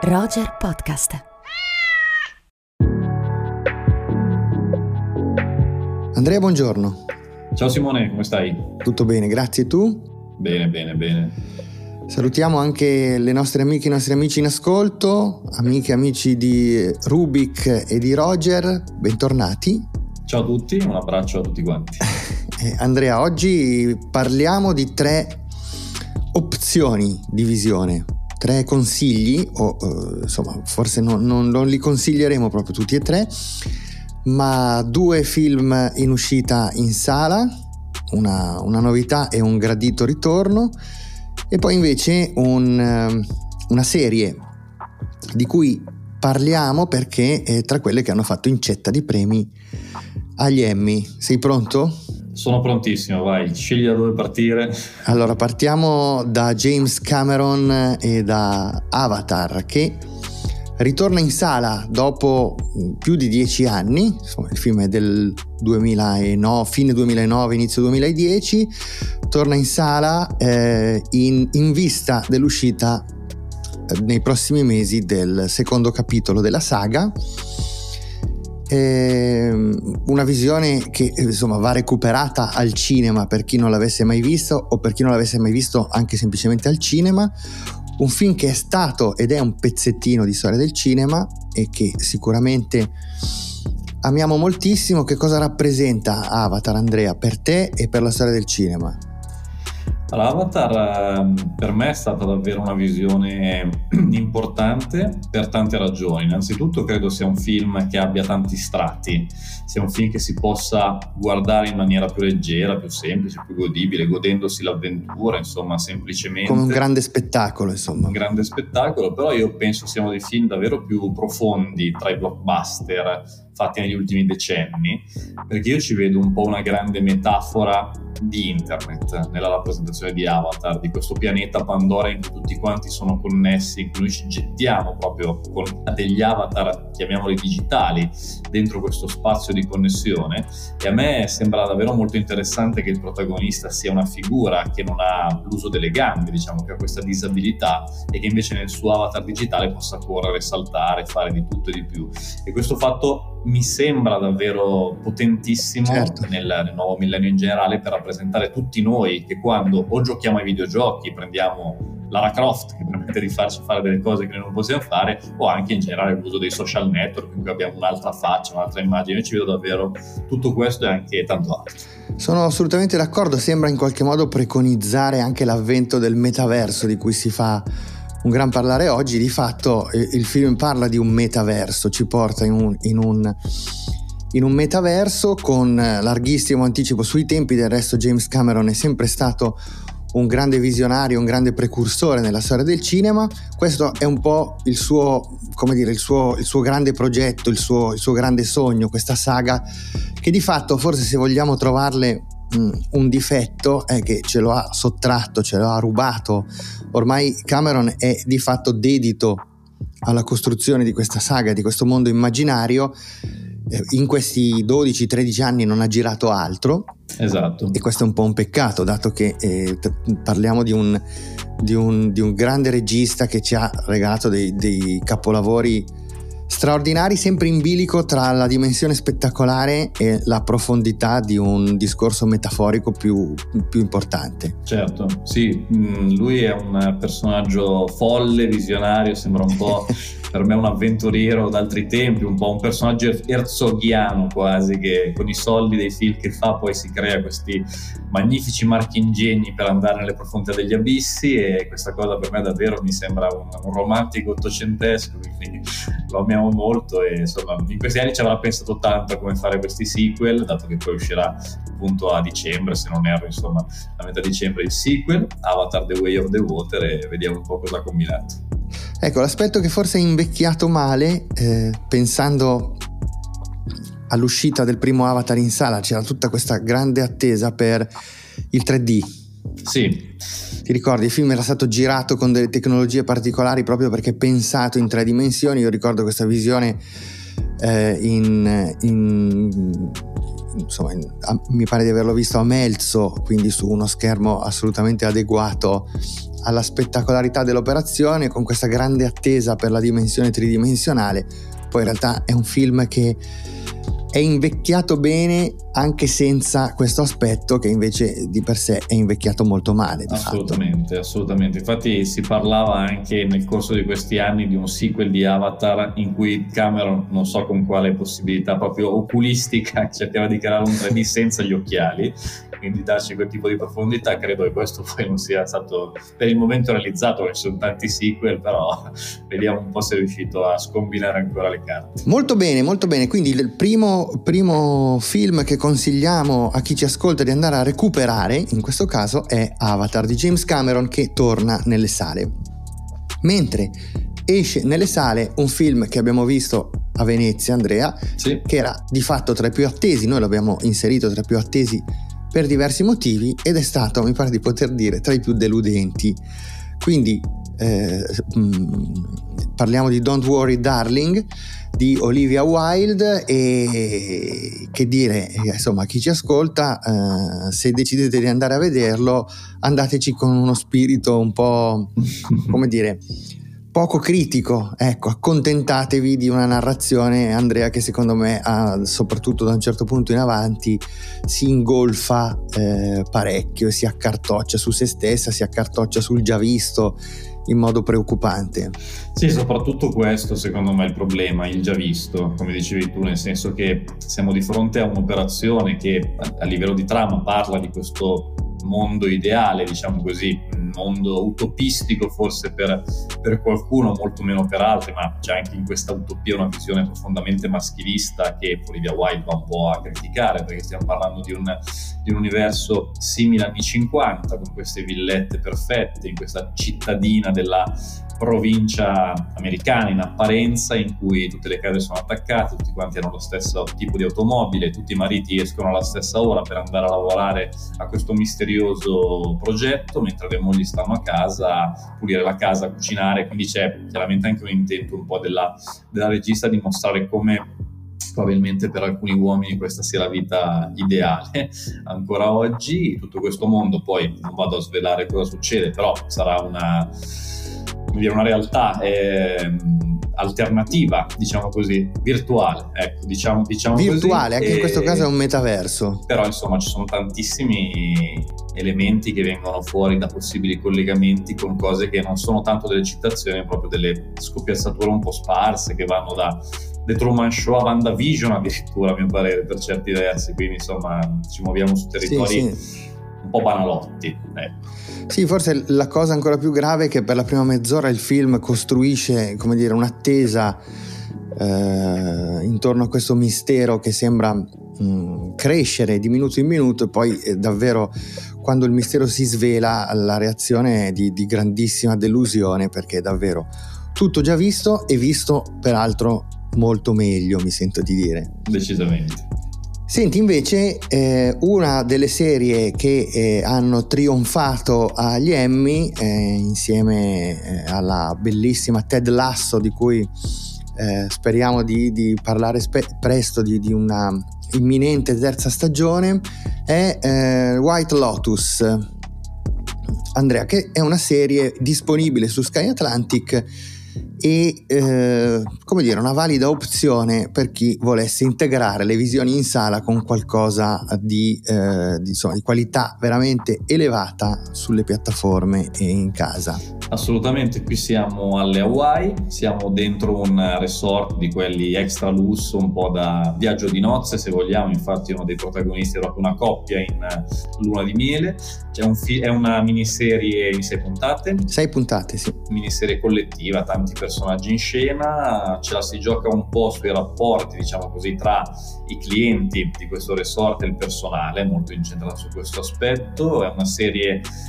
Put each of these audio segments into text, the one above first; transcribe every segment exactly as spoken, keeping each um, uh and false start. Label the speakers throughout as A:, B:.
A: Roger Podcast.
B: Andrea, buongiorno.
C: Ciao Simone, come stai?
B: Tutto bene, grazie. Tu?
C: Bene, bene, bene.
B: Salutiamo anche le nostre amiche e i nostri amici in ascolto, amiche e amici di Rubik e di Roger, bentornati.
C: Ciao a tutti, un abbraccio a tutti quanti.
B: eh, Andrea, oggi parliamo di tre opzioni di visione, tre consigli, o eh, insomma forse non, non, non li consiglieremo proprio tutti e tre, ma due film in uscita in sala, una, una novità e un gradito ritorno, e poi invece un, una serie di cui parliamo perché è tra quelle che hanno fatto incetta di premi agli Emmy. Sei pronto?
C: Sono prontissimo, vai, scegli da dove partire.
B: Allora, partiamo da James Cameron e da Avatar, che ritorna in sala dopo più di dieci anni. Insomma, il film è del duemilanove, fine duemilanove, inizio duemiladieci. Torna in sala eh, in, in vista dell'uscita eh, nei prossimi mesi del secondo capitolo della saga. Eh, una visione che insomma va recuperata al cinema per chi non l'avesse mai visto, o per chi non l'avesse mai visto anche semplicemente al cinema. Un film che è stato ed è un pezzettino di storia del cinema e che sicuramente amiamo moltissimo. Che cosa rappresenta Avatar, Andrea, per te e per la storia del cinema?
C: Allora, Avatar per me è stata davvero una visione importante per tante ragioni. Innanzitutto credo sia un film che abbia tanti strati, sia un film che si possa guardare in maniera più leggera, più semplice, più godibile, godendosi l'avventura, insomma, semplicemente
B: come un grande spettacolo, insomma.
C: Un grande spettacolo, però io penso siano dei film davvero più profondi tra i blockbuster fatti negli ultimi decenni, perché io ci vedo un po' una grande metafora di internet nella rappresentazione di Avatar, di questo pianeta Pandora in cui tutti quanti sono connessi, in cui noi ci gettiamo proprio con degli avatar, chiamiamoli digitali, dentro questo spazio di connessione. E a me sembra davvero molto interessante che il protagonista sia una figura che non ha l'uso delle gambe, diciamo, che ha questa disabilità, e che invece nel suo avatar digitale possa correre, saltare, fare di tutto e di più. E questo fatto mi sembra davvero potentissimo, certo, nel, nel nuovo millennio in generale, per rappresentare tutti noi che quando o giochiamo ai videogiochi, prendiamo Lara Croft che permette di farci fare delle cose che noi non possiamo fare, o anche in generale l'uso dei social network in cui abbiamo un'altra faccia, un'altra immagine. Io ci vedo davvero tutto questo e anche tanto altro.
B: Sono assolutamente d'accordo, sembra in qualche modo preconizzare anche l'avvento del metaverso di cui si fa un gran parlare oggi. Di fatto il film parla di un metaverso, ci porta in un, in un, in un metaverso con larghissimo anticipo sui tempi. Del resto James Cameron è sempre stato un grande visionario, un grande precursore nella storia del cinema. Questo è un po' il suo, come dire, il suo, il suo grande progetto, il suo, il suo grande sogno, questa saga che di fatto, forse, se vogliamo trovarle un difetto, è che ce lo ha sottratto, ce lo ha rubato. Ormai Cameron è di fatto dedito alla costruzione di questa saga, di questo mondo immaginario. In questi dodici tredici anni non ha girato altro.
C: Esatto.
B: E questo è un po' un peccato, dato che eh, parliamo di un, di, un, di un grande regista che ci ha regalato dei, dei capolavori straordinari, sempre in bilico tra la dimensione spettacolare e la profondità di un discorso metaforico più, più importante.
C: Certo, sì, lui è un personaggio folle, visionario, sembra un po' per me un avventuriero d'altri tempi, un po' un personaggio herzoghiano quasi, che con i soldi dei film che fa poi si crea questi magnifici marchingegni per andare nelle profondità degli abissi, e questa cosa per me davvero mi sembra un, un romantico ottocentesco, quindi lo amiamo molto. E insomma in questi anni ci avrà pensato tanto a come fare questi sequel, dato che poi uscirà appunto a dicembre, se non erro, insomma a metà dicembre il sequel Avatar The Way of the Water, e vediamo un po' cosa ha combinato.
B: Ecco, l'aspetto che forse è invecchiato male, eh, pensando all'uscita del primo Avatar in sala, c'era tutta questa grande attesa per il tre D.
C: Sì.
B: Ti ricordi? Il film era stato girato con delle tecnologie particolari proprio perché pensato in tre dimensioni. Io ricordo questa visione eh, in, in, insomma, a, mi pare di averlo visto a Melzo, quindi su uno schermo assolutamente adeguato alla spettacolarità dell'operazione, con questa grande attesa per la dimensione tridimensionale. Poi in realtà è un film che è invecchiato bene anche senza questo aspetto, che invece di per sé è invecchiato molto male.
C: Assolutamente, fatto. assolutamente. Infatti si parlava anche nel corso di questi anni di un sequel di Avatar in cui Cameron, non so con quale possibilità proprio oculistica, cercava di creare un tre D senza gli occhiali, quindi darci quel tipo di profondità. Credo che questo poi non sia stato per il momento realizzato, perché ci sono tanti sequel, però vediamo un po' se è riuscito a scombinare ancora le carte.
B: Molto bene, molto bene. Quindi il primo, primo film che consigliamo a chi ci ascolta di andare a recuperare in questo caso è Avatar di James Cameron, che torna nelle sale. Mentre esce nelle sale un film che abbiamo visto a Venezia, Andrea,
C: sì.
B: che era di fatto tra i più attesi, noi l'abbiamo inserito tra i più attesi per diversi motivi, ed è stato, mi pare di poter dire, tra i più deludenti. Quindi eh, mh, parliamo di Don't Worry Darling di Olivia Wilde, e che dire, insomma, chi ci ascolta, eh, se decidete di andare a vederlo, andateci con uno spirito un po', come dire, poco critico, ecco, accontentatevi di una narrazione, Andrea, che secondo me ha, soprattutto da un certo punto in avanti, si ingolfa eh, parecchio, si accartoccia su se stessa, si accartoccia sul già visto in modo preoccupante.
C: Sì, soprattutto questo secondo me è il problema, il già visto, come dicevi tu, nel senso che siamo di fronte a un'operazione che a livello di trama parla di questo mondo ideale, diciamo così, un mondo utopistico forse per, per qualcuno, molto meno per altri, ma c'è anche in questa utopia una visione profondamente maschilista che Olivia Wilde va un po' a criticare, perché stiamo parlando di un, di un universo simile anni cinquanta, con queste villette perfette in questa cittadina della provincia americana in apparenza, in cui tutte le case sono attaccate, tutti quanti hanno lo stesso tipo di automobile, tutti i mariti escono alla stessa ora per andare a lavorare a questo misterioso progetto, mentre le mogli stanno a casa a pulire la casa, a cucinare. Quindi c'è chiaramente anche un intento un po' della, della regista di mostrare come probabilmente per alcuni uomini questa sia la vita ideale ancora oggi. Tutto questo mondo, poi non vado a svelare cosa succede, però sarà una una realtà eh, alternativa, diciamo così, virtuale, ecco, diciamo, diciamo
B: virtuale,
C: così.
B: Anche
C: e,
B: in questo caso è un metaverso.
C: Però insomma ci sono tantissimi elementi che vengono fuori da possibili collegamenti con cose che non sono tanto delle citazioni, proprio delle scoppiazzature un po' sparse che vanno da The Truman Show a WandaVision addirittura, a mio parere, per certi versi. Quindi insomma ci muoviamo su territori sì, sì. un po' banalotti, ecco.
B: Sì, forse la cosa ancora più grave è che per la prima mezz'ora il film costruisce, come dire, un'attesa eh, intorno a questo mistero che sembra mh, crescere di minuto in minuto, e poi eh, davvero quando il mistero si svela la reazione è di, di grandissima delusione, perché è davvero tutto già visto e visto peraltro molto meglio, mi sento di dire.
C: Decisamente.
B: Senti, invece eh, una delle serie che eh, hanno trionfato agli Emmy eh, insieme eh, alla bellissima Ted Lasso, di cui eh, speriamo di, di parlare spe- presto, di, di una imminente terza stagione, è eh, White Lotus, Andrea, che è una serie disponibile su Sky Atlantic e eh, come dire, una valida opzione per chi volesse integrare le visioni in sala con qualcosa di, eh, di, insomma, di qualità veramente elevata sulle piattaforme e in casa.
C: Assolutamente, qui siamo alle Hawaii, siamo dentro un resort di quelli extra lusso, un po' da viaggio di nozze se vogliamo. Infatti uno dei protagonisti è proprio una coppia in luna di miele. C'è un fi- è una miniserie in sei puntate.
B: Sei puntate, sì.
C: Miniserie collettiva, tanti personaggi in scena, ce la si gioca un po' sui rapporti, diciamo così, tra i clienti di questo resort e il personale, molto incentrata su questo aspetto. È una serie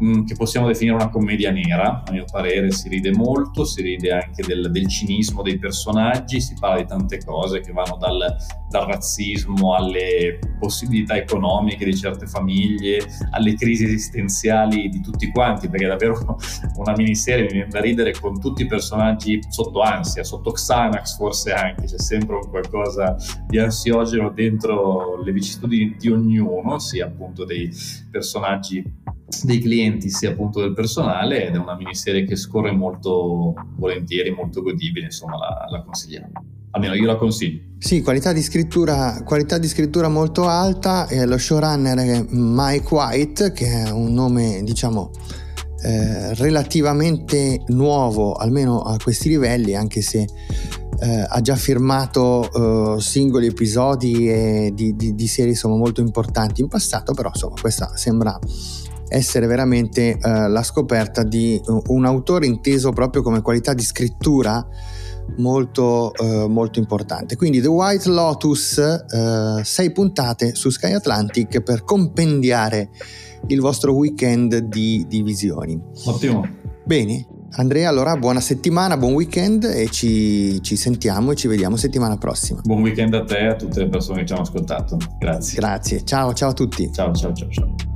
C: mh, che possiamo definire una commedia nera, a mio parere. Si ride molto, si ride anche del, del cinismo dei personaggi, si parla di tante cose che vanno dal, dal razzismo alle possibilità economiche di certe famiglie, alle crisi esistenziali di tutti quanti, perché è davvero una miniserie, mi viene da ridere, con tutti i personaggi sotto ansia, sotto Xanax forse anche, c'è sempre un qualcosa di ansiogeno dentro le vicissitudini di ognuno, sia appunto dei personaggi dei clienti sia appunto del personale, ed è una miniserie che scorre molto volentieri, molto godibile, insomma la, la consigliamo, almeno io la consiglio.
B: Sì, qualità di scrittura, qualità di scrittura molto alta, e lo showrunner è Mike White, che è un nome diciamo eh, relativamente nuovo almeno a questi livelli, anche se eh, ha già firmato eh, singoli episodi e di, di, di serie insomma molto importanti in passato, però insomma questa sembra essere veramente eh, la scoperta di un autore inteso proprio come qualità di scrittura molto eh, molto importante. Quindi The White Lotus, eh, sei puntate su Sky Atlantic per compendiare il vostro weekend di, di visioni.
C: Ottimo.
B: Bene Andrea, allora buona settimana, buon weekend, e ci, ci sentiamo e ci vediamo settimana prossima.
C: Buon weekend a te e a tutte le persone che ci hanno ascoltato. Grazie.
B: Grazie, ciao ciao a tutti.
C: Ciao ciao ciao ciao.